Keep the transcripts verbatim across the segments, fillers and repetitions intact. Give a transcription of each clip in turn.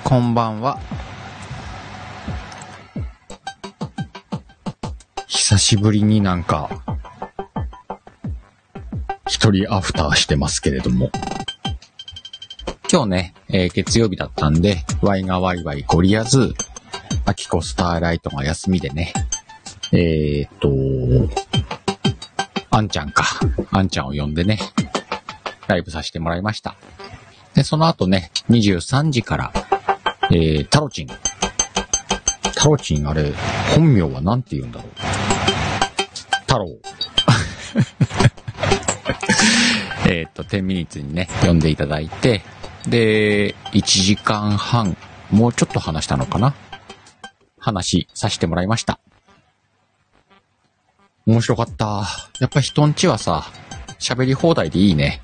こんばんは。久しぶりになんか一人アフターしてますけれども、今日ね、えー、月曜日だったんで、ワイがワイワイゴリアズ、アキコスターライトが休みでね、えーっと、あんちゃんか、あんちゃんを呼んでね、ライブさせてもらいました。で、その後ね、にじゅうさんじから、えー、タロチン。タロチンあれ、本名はなんて言うんだろう。太郎。えっと、じゅうミニッツにね、呼んでいただいて、で、いちじかんはん、もうちょっと話したのかな？話させてもらいました。面白かった。やっぱ人んちはさ、喋り放題でいいね。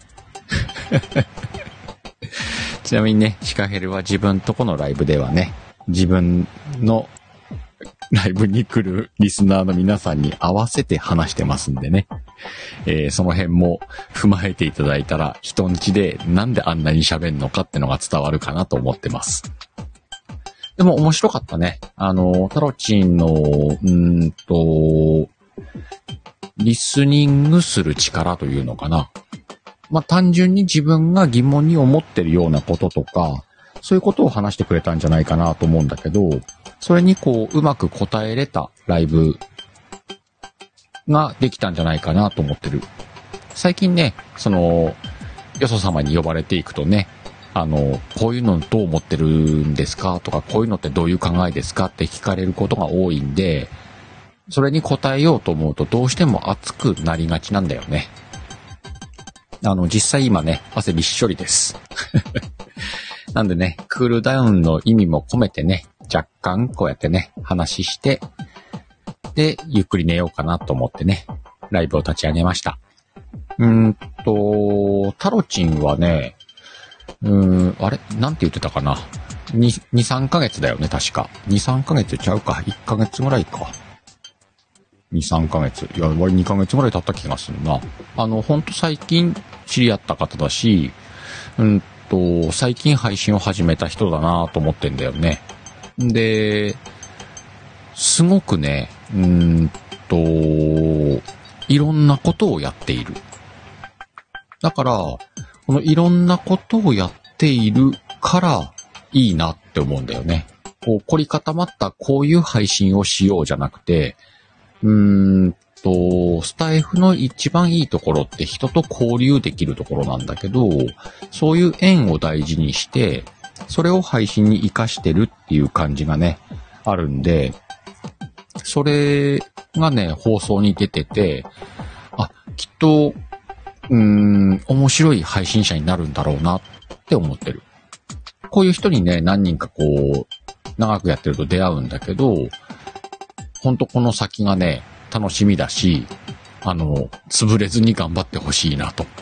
ちなみにね、シカヘルは自分とこのライブではね、自分のライブに来るリスナーの皆さんに合わせて話してますんでね、えー、その辺も踏まえていただいたら、人んちでなんであんなに喋んのかってのが伝わるかなと思ってます。でも面白かったね。あの、タロチンの、うーんと、リスニングする力というのかな。まあ、単純に自分が疑問に思ってるようなこととか、そういうことを話してくれたんじゃないかなと思うんだけど、それにこう、うまく答えれたライブができたんじゃないかなと思ってる。最近ね、その、よそ様に呼ばれていくとね、あの、こういうのどう思ってるんですかとか、こういうのってどういう考えですかって聞かれることが多いんで、それに答えようと思うとどうしても熱くなりがちなんだよね。あの、実際今ね、汗びっしょりです。なんでね、クールダウンの意味も込めてね、若干こうやってね、話して、で、ゆっくり寝ようかなと思ってね、ライブを立ち上げました。うーんと、タロチンはね、うーん、あれなんて言ってたかな。に、に、さんかげつだよね、確か。に、さんかげつちゃうか。いっかげつぐらいか。に、さんかげつ。いや、割にかげつぐらい経った気がするな。あの、ほんと最近知り合った方だし、うんと、最近配信を始めた人だなと思ってんだよね。で、すごくね、うーんと、いろんなことをやっている。だから、このいろんなことをやっているからいいなって思うんだよね。こう、凝り固まったこういう配信をしようじゃなくて、うーんと、スタイフの一番いいところって人と交流できるところなんだけど、そういう縁を大事にして、それを配信に活かしてるっていう感じがね、あるんで、それがね、放送に出てて、あ、きっと、うーん、面白い配信者になるんだろうなって思ってる。こういう人にね、何人かこう、長くやってると出会うんだけど、ほんとこの先がね、楽しみだし、あの、潰れずに頑張ってほしいなと。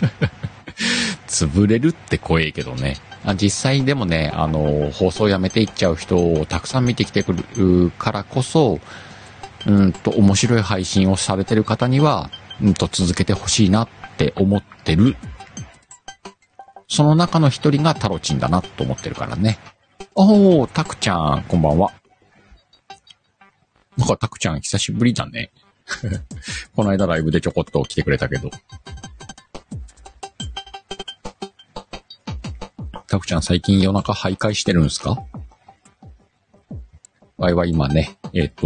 潰れるって怖いけどね。実際でもね、あの、放送やめていっちゃう人をたくさん見てきてくるからこそ、うんと、面白い配信をされてる方には、うんと、続けてほしいなって思ってる。その中の一人がタロチンだなと思ってるからね。おー、タクちゃん、こんばんは。なんかタクちゃん久しぶりだね。この間ライブでちょこっと来てくれたけど。タクちゃん最近夜中徘徊してるんすか？わいは今ね、えっと、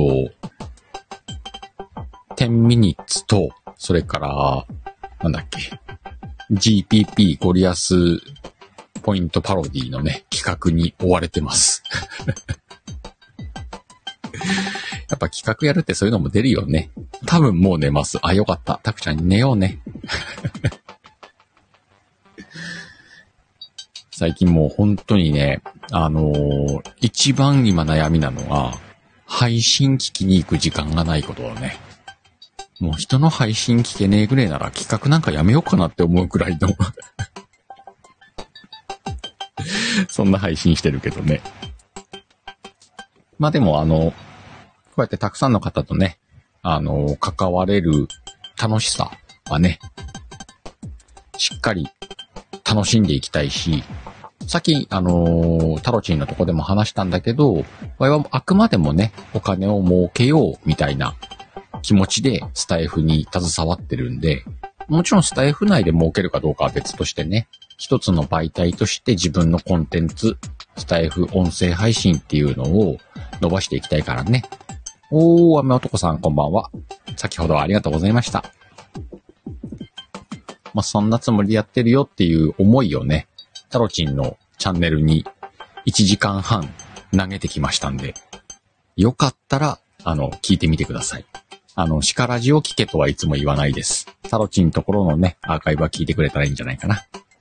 じゅうミニッツと、それから、なんだっけ、ジーピーピー ゴリアスポイントパロディのね、企画に追われてます。やっぱ企画やるってそういうのも出るよね。多分もう寝ます。あ、よかった。タクちゃんに寝ようね。最近もう本当にね、あのー、一番今悩みなのが、配信聞きに行く時間がないことだね。もう人の配信聞けねえぐらいなら企画なんかやめようかなって思うくらいの。そんな配信してるけどね。まあでもあの、こうやってたくさんの方とね、あの、関われる楽しさはね、しっかり楽しんでいきたいし、 さっき、あのー、タロチンのとこでも話したんだけど、我々はあくまでもね、お金を儲けようみたいな気持ちでスタイフに携わってるんで、もちろんスタイフ内で儲けるかどうかは別としてね、一つの媒体として自分のコンテンツ、スタイフ音声配信っていうのを伸ばしていきたいからね。おー、雨男さんこんばんは。先ほどはありがとうございました。まあ、そんなつもりでやってるよっていう思いをね、タロチンのチャンネルにいちじかんはん投げてきましたんで、よかったら、あの、聞いてみてください。あの、シカラジを聞けとはいつも言わないです。タロチンのところのね、アーカイブは聞いてくれたらいいんじゃないかな。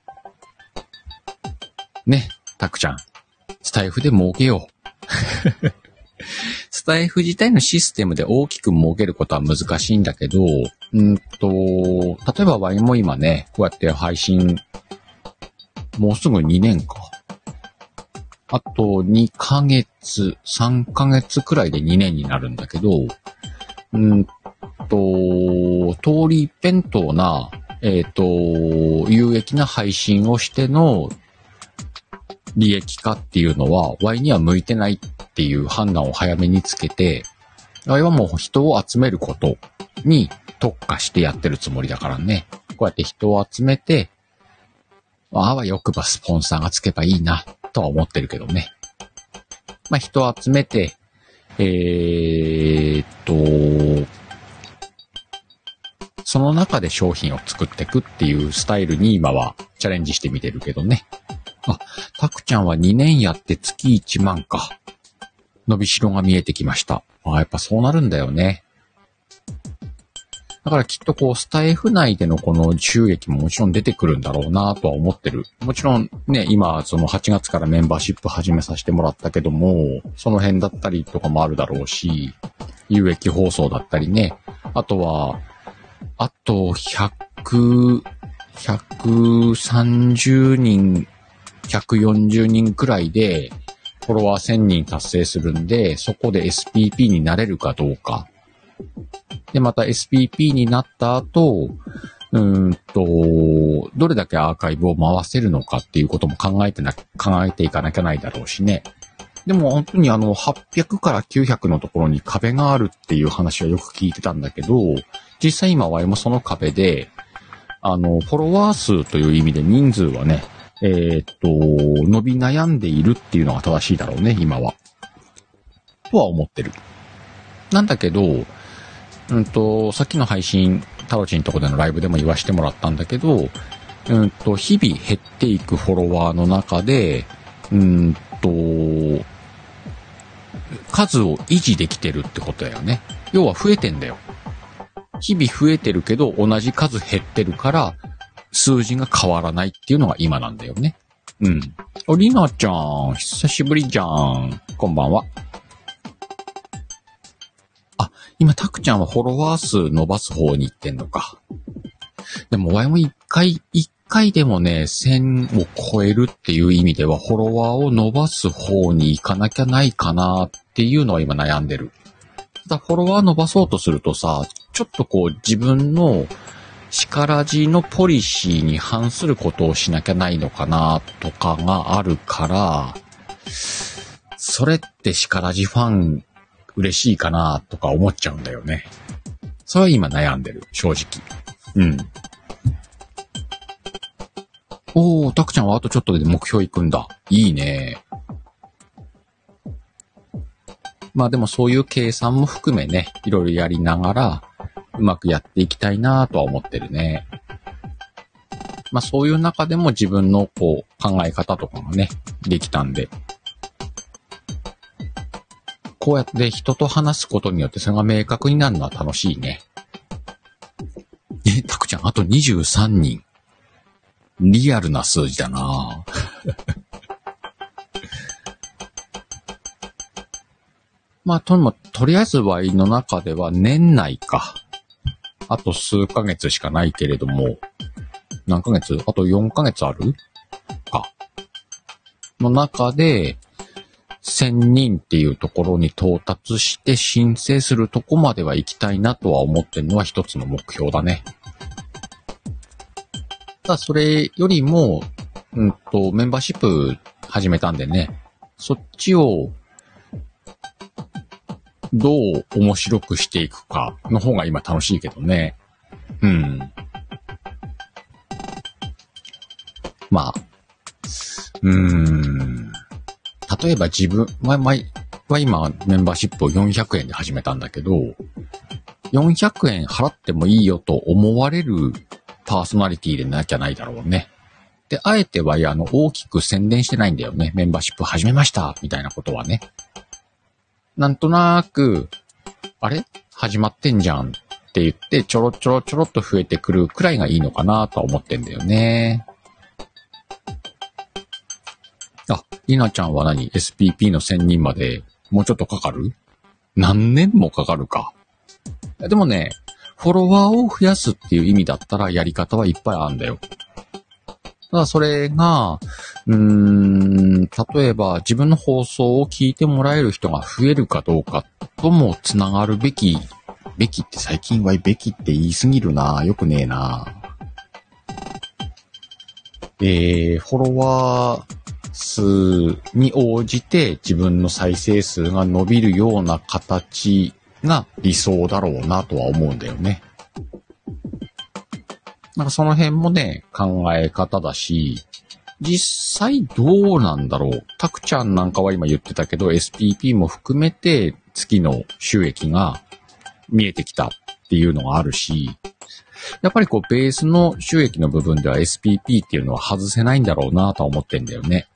ね、タクちゃん。スタイフで儲けよう。スタイフ自体のシステムで大きく儲けることは難しいんだけど、うんと、例えばワイも今ね、こうやって配信、もうすぐにねんか。あとにかげつ、さんかげつくらいでにねんになるんだけど、うんと、通り一辺倒な、えっと、有益な配信をしての利益化っていうのは、ワイには向いてないっていう判断を早めにつけて、ワイはもう人を集めることに特化してやってるつもりだからね。こうやって人を集めて、あわよくばスポンサーがつけばいいな、とは思ってるけどね。まあ、人を集めて、えーっと、その中で商品を作っていくっていうスタイルに今はチャレンジしてみてるけどね。あ、タクちゃんはにねんやって月いちまんか。伸びしろが見えてきました。あ、やっぱそうなるんだよね。だからきっとこうスタイフ内でのこの収益ももちろん出てくるんだろうなとは思ってる。もちろんね、今そのはちがつからメンバーシップ始めさせてもらったけども、その辺だったりとかもあるだろうし、有益放送だったりね。あとは、あとひゃく、ひゃくさんじゅうにん、ひゃくよんじゅうにんくらいでフォロワーせんにん達成するんで、そこで エスピーピー になれるかどうか。で、また エスピーピー になった後、うーんと、どれだけアーカイブを回せるのかっていうことも考えてな、考えていかなきゃないだろうしね。でも本当にあの、はっぴゃくからきゅうひゃくのところに壁があるっていう話はよく聞いてたんだけど、実際今はもその壁で、あの、フォロワー数という意味で人数はね、えー、っと、伸び悩んでいるっていうのが正しいだろうね、今は。とは思ってる。なんだけど、うんと、さっきの配信、タロチンのとこでのライブでも言わせてもらったんだけど、うんと、日々減っていくフォロワーの中で、うんと、数を維持できてるってことだよね。要は増えてんだよ。日々増えてるけど、同じ数減ってるから、数字が変わらないっていうのが今なんだよね。うん。お、りなちゃん、久しぶりじゃん。こんばんは。あ、今、たくちゃんはフォロワー数伸ばす方に行ってんのか。でも、わいも一回、一回でもね、せんを超えるっていう意味では、フォロワーを伸ばす方に行かなきゃないかなっていうのは今悩んでる。ただ、フォロワー伸ばそうとするとさ、ちょっとこう、自分のシカラジのポリシーに反することをしなきゃないのかなとかがあるから、それってシカラジファン嬉しいかなとか思っちゃうんだよね。それは今悩んでる、正直。うん。おー、タクちゃんはあとちょっとで目標行くんだ。いいね。まあでもそういう計算も含めね、いろいろやりながら、うまくやっていきたいなとは思ってるね。まあそういう中でも自分のこう考え方とかがね、できたんで。こうやって人と話すことによってそれが明確になるのは楽しいね。え、タクちゃんあとにじゅうさんにん。リアルな数字だなまあとも、とりあえずワイの中では年内か。あと数ヶ月しかないけれども、何ヶ月？あとよんかげつあるか。の中で、せんにんっていうところに到達して申請するとこまでは行きたいなとは思ってるのは一つの目標だね。ただそれよりも、 うんと、メンバーシップ始めたんでね、そっちをどう面白くしていくかの方が今楽しいけどね。うん。まあ、うーん。例えば自分は、まは今メンバーシップをよんひゃくえんで始めたんだけど、よんひゃくえん払ってもいいよと思われるパーソナリティでなきゃないだろうね。で、あえては、あの、大きく宣伝してないんだよね。メンバーシップ始めました、みたいなことはね。なんとなく、あれ始まってんじゃんって言って、ちょろちょろちょろっと増えてくるくらいがいいのかなとは思ってんだよね。あ、りなちゃんは何 ?エスピーピー のせんにんまでもうちょっとかかる？何年もかかるか。でもね、フォロワーを増やすっていう意味だったらやり方はいっぱいあるんだよ。ただそれが、うーん、例えば自分の放送を聞いてもらえる人が増えるかどうかともつながるべき、べきって最近はべきって言いすぎるな。よくねえな。えー、フォロワー数に応じて自分の再生数が伸びるような形が理想だろうなとは思うんだよね。なんかその辺もね、考え方だし、実際どうなんだろう。タクちゃんなんかは今言ってたけど、エスピーピー も含めて月の収益が見えてきたっていうのがあるし、やっぱりこうベースの収益の部分では エスピーピー っていうのは外せないんだろうなとは思ってんだよね。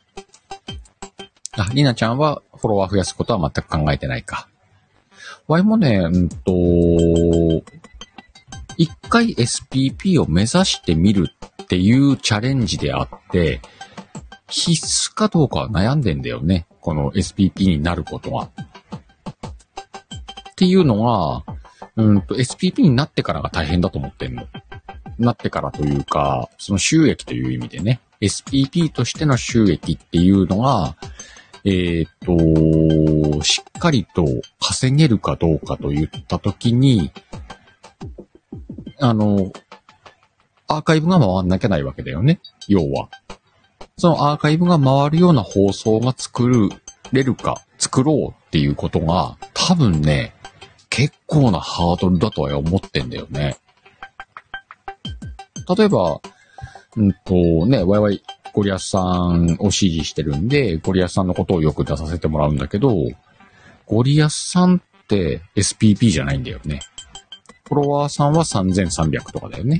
あ、りなちゃんはフォロワー増やすことは全く考えてないか。わいもね、うんと、一回 エスピーピー を目指してみるっていうチャレンジであって、必須かどうかは悩んでんだよね。この エスピーピー になることは。っていうのが、うんと エスピーピー になってからが大変だと思ってんの。なってからというか、その収益という意味でね。エスピーピー としての収益っていうのが、えっと、しっかりと稼げるかどうかといったときに、あの、アーカイブが回んなきゃないわけだよね。要は。そのアーカイブが回るような放送が作るれるか、作ろうっていうことが、多分ね、結構なハードルだとは思ってんだよね。例えば、うんとね、ワイワイゴリアスさんを支持してるんで、ゴリアスさんのことをよく出させてもらうんだけど、ゴリアスさんって エスピーピー じゃないんだよね。フォロワーさんはさんぜんさんびゃくとかだよね。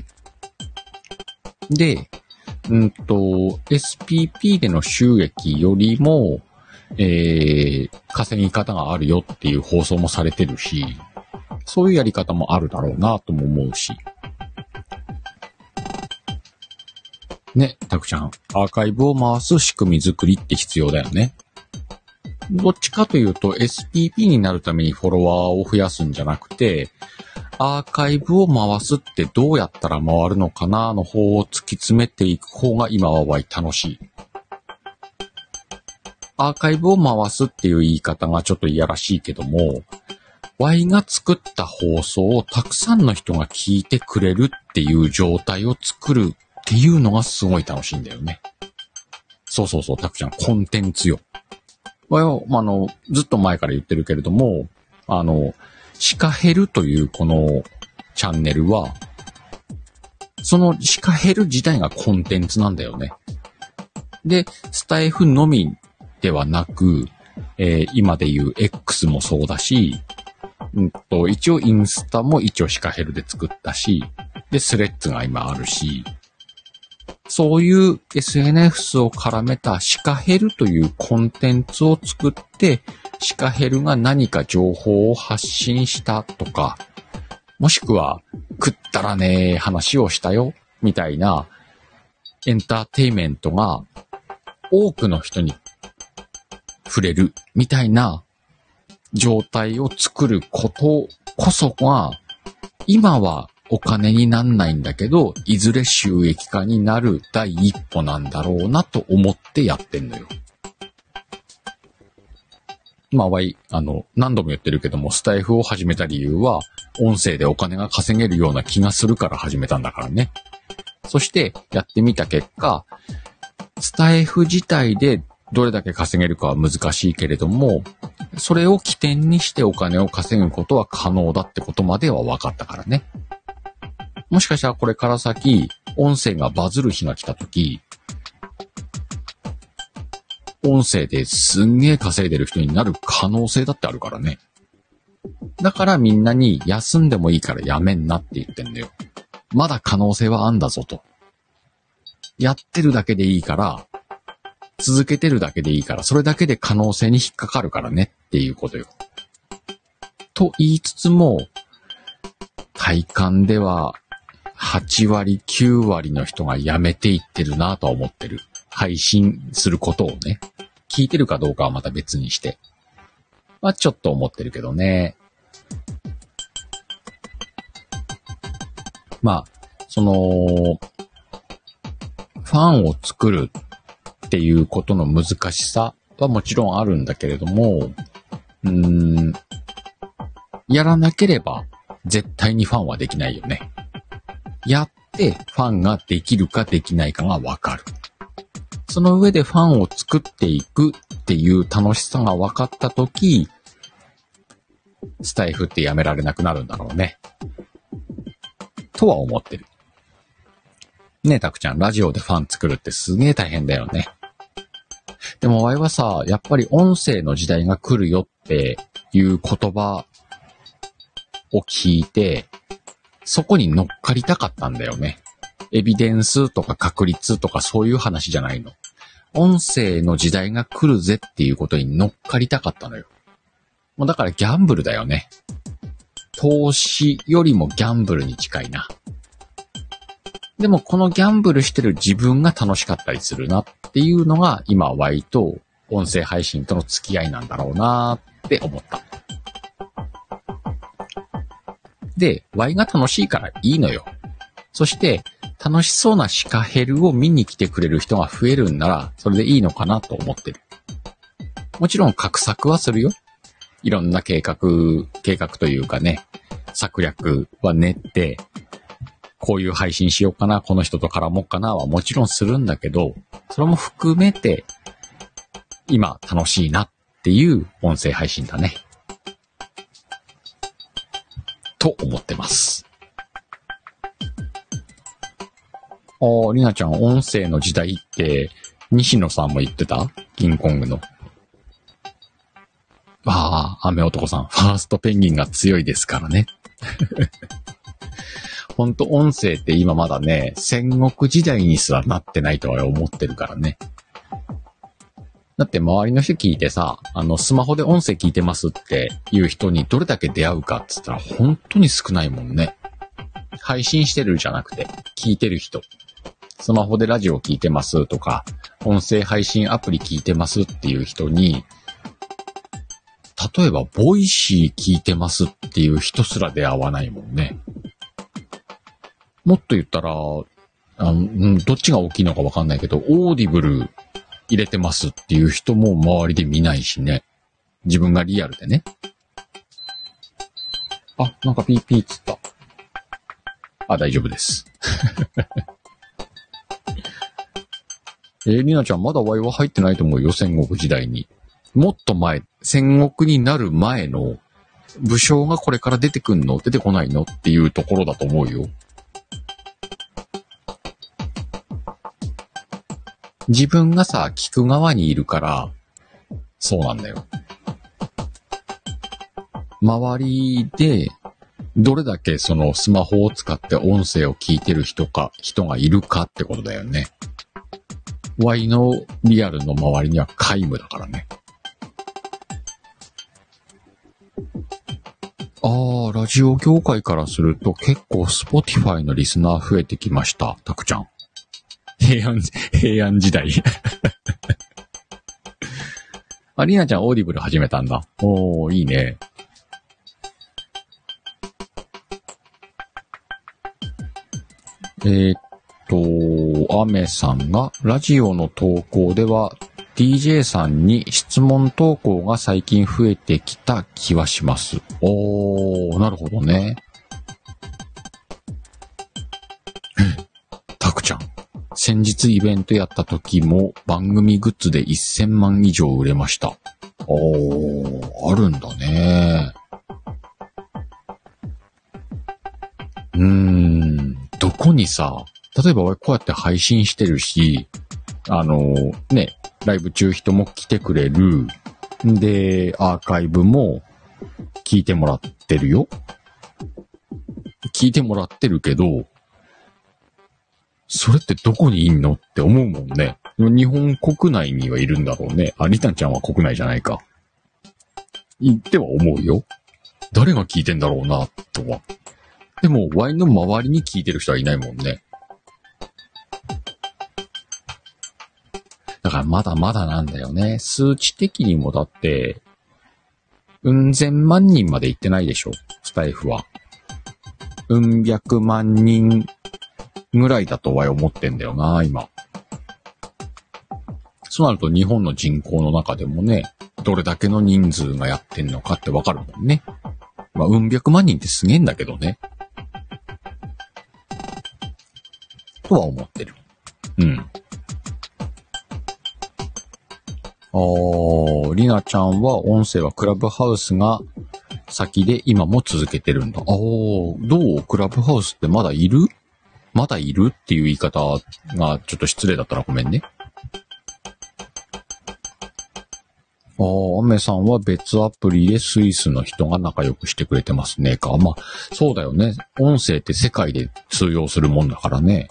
で、うんと、エスピーピー での収益よりも、えー、稼ぎ方があるよっていう放送もされてるし、そういうやり方もあるだろうなとも思うし。ね、たくちゃん、アーカイブを回す仕組み作りって必要だよね。どっちかというと エスピーピー になるためにフォロワーを増やすんじゃなくて、アーカイブを回すってどうやったら回るのかなの方を突き詰めていく方が今はわい楽しい。アーカイブを回すっていう言い方がちょっといやらしいけども、ワイが作った放送をたくさんの人が聞いてくれるっていう状態を作るっていうのがすごい楽しいんだよね。そうそうそう、たくちゃん、コンテンツよ。ワイは、あの、ずっと前から言ってるけれども、あの、シカヘルというこのチャンネルは、そのシカヘル自体がコンテンツなんだよね。で、スタイフのみではなく、えー、今でいう X もそうだし、うんと、一応インスタも一応シカヘルで作ったし、で、スレッズが今あるし、そういう エスエヌエス を絡めたシカヘルというコンテンツを作って、シカヘルが何か情報を発信したとか、もしくは食ったらねえ話をしたよみたいなエンターテイメントが多くの人に触れるみたいな状態を作ることこそが今はお金になんないんだけど、いずれ収益化になる第一歩なんだろうなと思ってやってんのよ。まあ、わい、あの、何度も言ってるけども、スタイフを始めた理由は、音声でお金が稼げるような気がするから始めたんだからね。そして、やってみた結果、 スタイフ自体でどれだけ稼げるかは難しいけれども、それを起点にしてお金を稼ぐことは可能だってことまでは分かったからね。もしかしたらこれから先、音声がバズる日が来たとき、音声ですんげー稼いでる人になる可能性だってあるからね。だからみんなに休んでもいいからやめんなって言ってんだよ。まだ可能性はあんだぞと。やってるだけでいいから、続けてるだけでいいから、それだけで可能性に引っかかるからねっていうことよ。と言いつつも、体感でははちわりきゅうわりの人がやめていってるなとは思ってる。配信することをね。聞いてるかどうかはまた別にして。まあちょっと思ってるけどね。まあ、その、ファンを作るっていうことの難しさはもちろんあるんだけれども、うーん、やらなければ絶対にファンはできないよね。やってファンができるかできないかがわかる。その上でファンを作っていくっていう楽しさが分かったとき、スタイフってやめられなくなるんだろうね。とは思ってる。ねえ、たくちゃん、ラジオでファン作るってすげえ大変だよね。でも、ワイはさ、やっぱり音声の時代が来るよっていう言葉を聞いて、そこに乗っかりたかったんだよね。エビデンスとか確率とかそういう話じゃないの。音声の時代が来るぜっていうことに乗っかりたかったのよ。もうだからギャンブルだよね。投資よりもギャンブルに近いな。でもこのギャンブルしてる自分が楽しかったりするなっていうのが今 Y と音声配信との付き合いなんだろうなって思った。で、Y が楽しいからいいのよ。そして楽しそうなシカヘルを見に来てくれる人が増えるんならそれでいいのかなと思ってる。もちろん画策はするよ。いろんな計画、計画というかね、策略は練って、こういう配信しようかな、この人と絡もうかなはもちろんするんだけど、それも含めて、今楽しいなっていう音声配信だね。と思ってます。あー、りなちゃん、音声の時代って、西野さんも言ってた？キングコングの。ああ、雨男さん、ファーストペンギンが強いですからね。ほんと音声って今まだね、戦国時代にすらなってないとは思ってるからね。だって周りの人聞いてさ、あのスマホで音声聞いてますっていう人にどれだけ出会うかって言ったら本当に少ないもんね。配信してるじゃなくて聞いてる人。スマホでラジオ聞いてますとか、音声配信アプリ聞いてますっていう人に、例えばボイシー聞いてますっていう人すら出会わないもんね。もっと言ったら、あの、うん、どっちが大きいのかわかんないけど、オーディブル入れてますっていう人も周りで見ないしね。自分がリアルでね。あ、なんかピーピーっつった。あ、大丈夫です。えー、りなちゃんまだワイは入ってないと思うよ、戦国時代に。もっと前、戦国になる前の武将がこれから出てくんの？出てこないの？っていうところだと思うよ。自分がさ、聞く側にいるから、そうなんだよ。周りで、どれだけそのスマホを使って音声を聞いてる人か、人がいるかってことだよね。Y のリアルの周りには皆無だからね。あー、ラジオ業界からすると結構 Spotify のリスナー増えてきました。たくちゃん。平安、平安時代。あ、りなちゃんオーディブル始めたんだ。おー、いいね。えー、っと、アメさんが、ラジオの投稿では、ディージェー さんに質問投稿が最近増えてきた気はします。おー、なるほどね。たくちゃん。 先日イベントやった時も番組グッズでせんまん以上売れました。おー、あるんだね。うーん、どこにさ、例えば俺こうやって配信してるし、あのー、ね、ライブ中人も来てくれる。で、アーカイブも聞いてもらってるよ。聞いてもらってるけど、それってどこにいんのって思うもんね。日本国内にはいるんだろうね。あ、リタンちゃんは国内じゃないか。言っては思うよ。誰が聞いてんだろうな、とは。でも、ワインの周りに聞いてる人はいないもんね。だからまだまだなんだよね。数値的にもだって、うん千万人まで行ってないでしょ、スタイフは。うん百万人ぐらいだとは思ってんだよな、今。そうなると日本の人口の中でもね、どれだけの人数がやってんのかってわかるもんね。まあ、うん百万人ってすげえんだけどね。とは思ってる。うん。あー、りなちゃんは音声はクラブハウスが先で今も続けてるんだ。あー、どう？クラブハウスってまだいる？まだいるっていう言い方がちょっと失礼だったらごめんね。あー、アメさんは別アプリでスイスの人が仲良くしてくれてますねか。まあ、そうだよね。音声って世界で通用するもんだからね。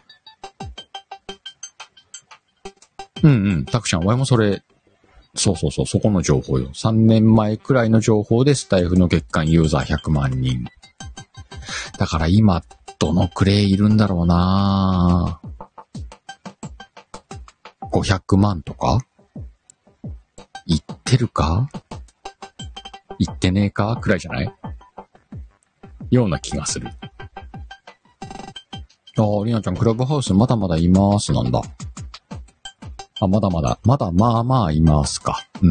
うんうん。たくちゃん、わいもそれ、そうそうそう、そこの情報よ。さんねんまえくらいの情報でスタイフの月間ユーザーひゃくまんにん。だから今、どのくらいいるんだろうなぁ。ごひゃくまんとかいってるかいってねえかくらいじゃないような気がする。ああ、りなちゃん、クラブハウスまだまだいますなんだ。あ、まだまだ、まだまあまあいますか。うん。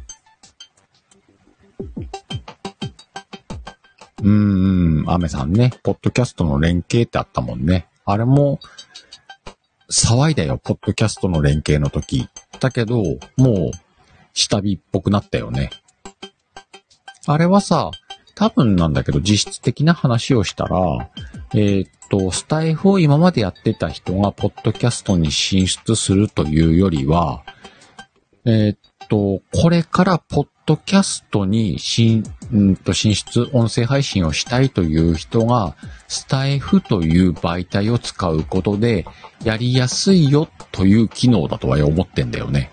うーん、アメさんね、ポッドキャストの連携ってあったもんね。あれも、騒いだよ、ポッドキャストの連携の時。だけど、もう、下火っぽくなったよね。あれはさ、多分なんだけど、実質的な話をしたら、えー、っと、スタイフを今までやってた人が、ポッドキャストに進出するというよりは、えー、っと、これからポッドキャストに進、んと進出、音声配信をしたいという人が、スタイフという媒体を使うことで、やりやすいよという機能だとは思ってんだよね。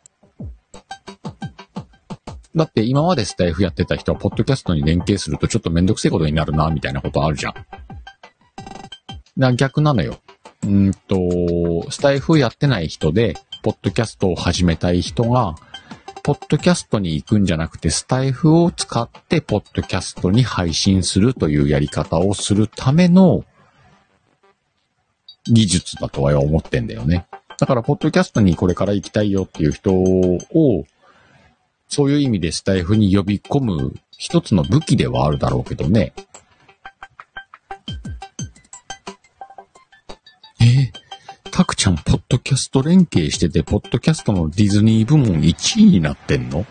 だって今までスタイフやってた人は、ポッドキャストに連携するとちょっとめんどくせえことになるな、みたいなことあるじゃん。だ逆なのよ。うんと、スタイフやってない人で、ポッドキャストを始めたい人が、ポッドキャストに行くんじゃなくて、スタイフを使って、ポッドキャストに配信するというやり方をするための技術だとは思ってんだよね。だから、ポッドキャストにこれから行きたいよっていう人を、そういう意味でスタイフに呼び込む一つの武器ではあるだろうけどね。えー、タクちゃん、ポッドキャスト連携してて、ポッドキャストのディズニー部門いちいになってんの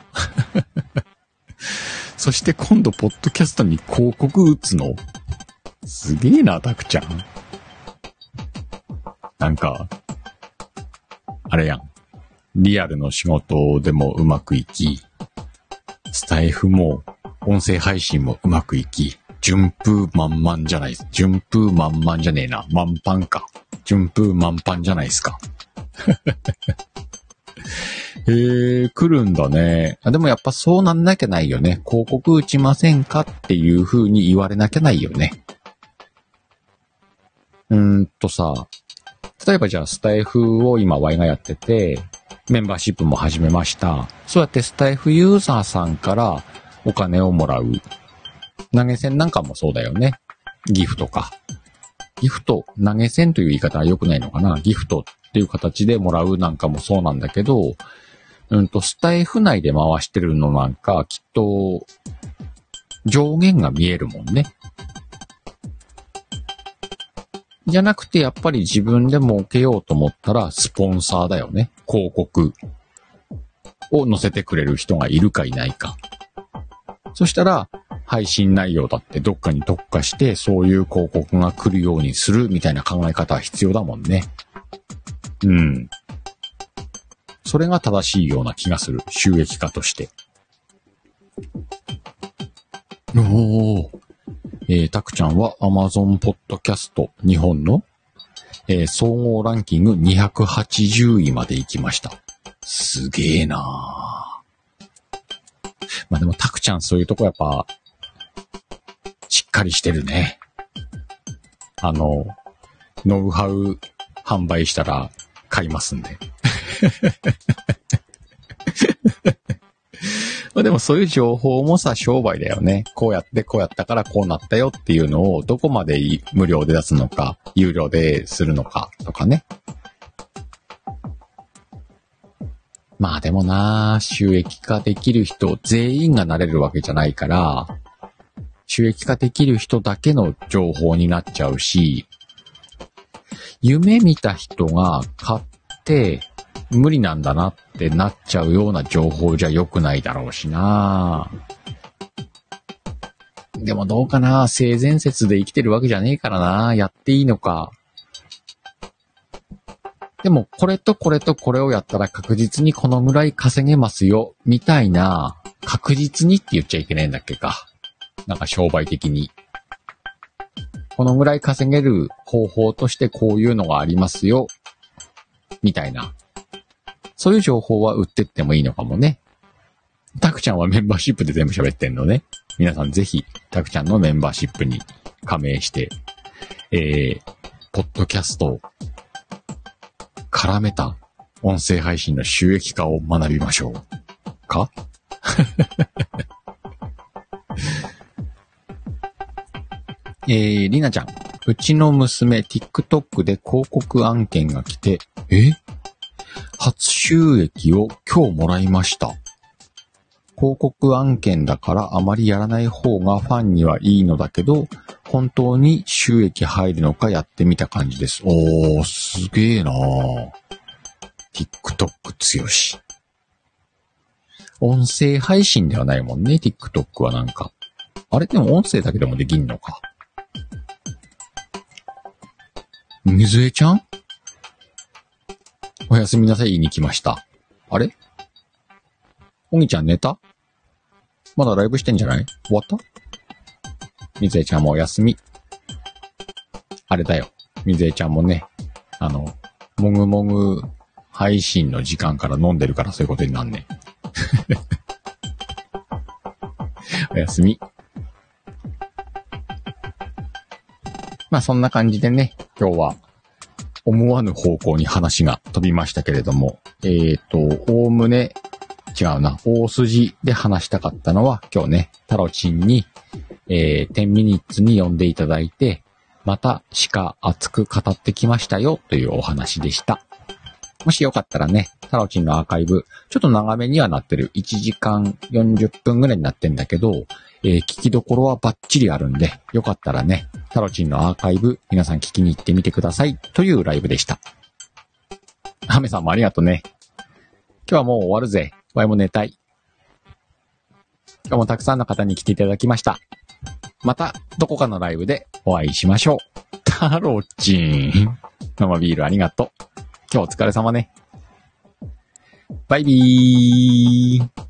そして今度、ポッドキャストに広告打つのすげえな、タクちゃん。なんか、あれやん。リアルの仕事でもうまくいき、スタイフも音声配信もうまくいき、順風満々じゃない、順風満々じゃねえな、満帆か。順風満帆じゃないですか。へー、来るんだね。でもやっぱそうなんなきゃないよね。広告打ちませんかっていう風に言われなきゃないよね。うーんとさ、例えばじゃあスタイフを今 Y がやってて、メンバーシップも始めました。そうやってスタイフユーザーさんからお金をもらう。投げ銭なんかもそうだよね。ギフトか。ギフト、投げ銭という言い方は良くないのかな。ギフトっていう形でもらうなんかもそうなんだけど、うんと、スタイフ内で回してるのなんか、きっと、上限が見えるもんね。 じゃなくてやっぱり自分で儲けようと思ったらスポンサーだよね。広告を載せてくれる人がいるかいないか。そしたら配信内容だってどっかに特化してそういう広告が来るようにするみたいな考え方は必要だもんね。うん。それが正しいような気がする。収益化として。おー。えー、たくちゃんは Amazon Podcast 日本の、えー、総合ランキングにひゃくはちじゅういまで行きました。すげえなぁ。まあでもたくちゃんそういうとこやっぱ、しっかりしてるね。あの、ノウハウ販売したら買いますんで。まあでもそういう情報もさ、商売だよね。こうやってこうやったからこうなったよっていうのをどこまで無料で出すのか、有料でするのかとかね。まあでもな、収益化できる人全員がなれるわけじゃないから、収益化できる人だけの情報になっちゃうし、夢見た人が買って無理なんだなってなっちゃうような情報じゃ良くないだろうしな。でもどうかな、性善説で生きてるわけじゃねえからな、やっていいのか。でもこれとこれとこれをやったら確実にこのぐらい稼げますよみたいな、確実にって言っちゃいけないんだっけか。なんか商売的に。このぐらい稼げる方法としてこういうのがありますよ。みたいな。そういう情報は売ってってもいいのかもね。たくちゃんはメンバーシップで全部喋ってんのね。皆さんぜひ、たくちゃんのメンバーシップに加盟して、えー、ポッドキャストを絡めた音声配信の収益化を学びましょう。かえー、りなちゃん。うちの娘、TikTok で広告案件が来て、え初収益を今日もらいました。広告案件だからあまりやらない方がファンにはいいのだけど、本当に収益入るのかやってみた感じです。おー、すげえなー。TikTok 強し。音声配信ではないもんね、TikTok はなんか。あれでも音声だけでもできんのか。水江ちゃんおやすみなさい言いに来ました。あれおぎちゃん寝たまだライブしてんじゃない終わった水江ちゃんもおやすみ。あれだよ。水江ちゃんもね、あの、もぐもぐ配信の時間から飲んでるからそういうことになんねん。おやすみ。まあそんな感じでね、今日は思わぬ方向に話が飛びましたけれども、えっと、おおむね、違うな、大筋で話したかったのは今日ね、タロチンに、えー、じゅうミニッツに呼んでいただいて、また鹿熱く語ってきましたよというお話でした。もしよかったらね、タロチンのアーカイブ、ちょっと長めにはなってる。いちじかんよんじゅっぷんぐらいになってんだけど、えー、聞きどころはバッチリあるんで、よかったらね、タロチンのアーカイブ、皆さん聞きに行ってみてください。というライブでした。ハメさんもありがとね。今日はもう終わるぜ。ワイも寝たい。今日もたくさんの方に来ていただきました。また、どこかのライブでお会いしましょう。タロチン。生ビールありがとう。今日お疲れ様ね。バイビー。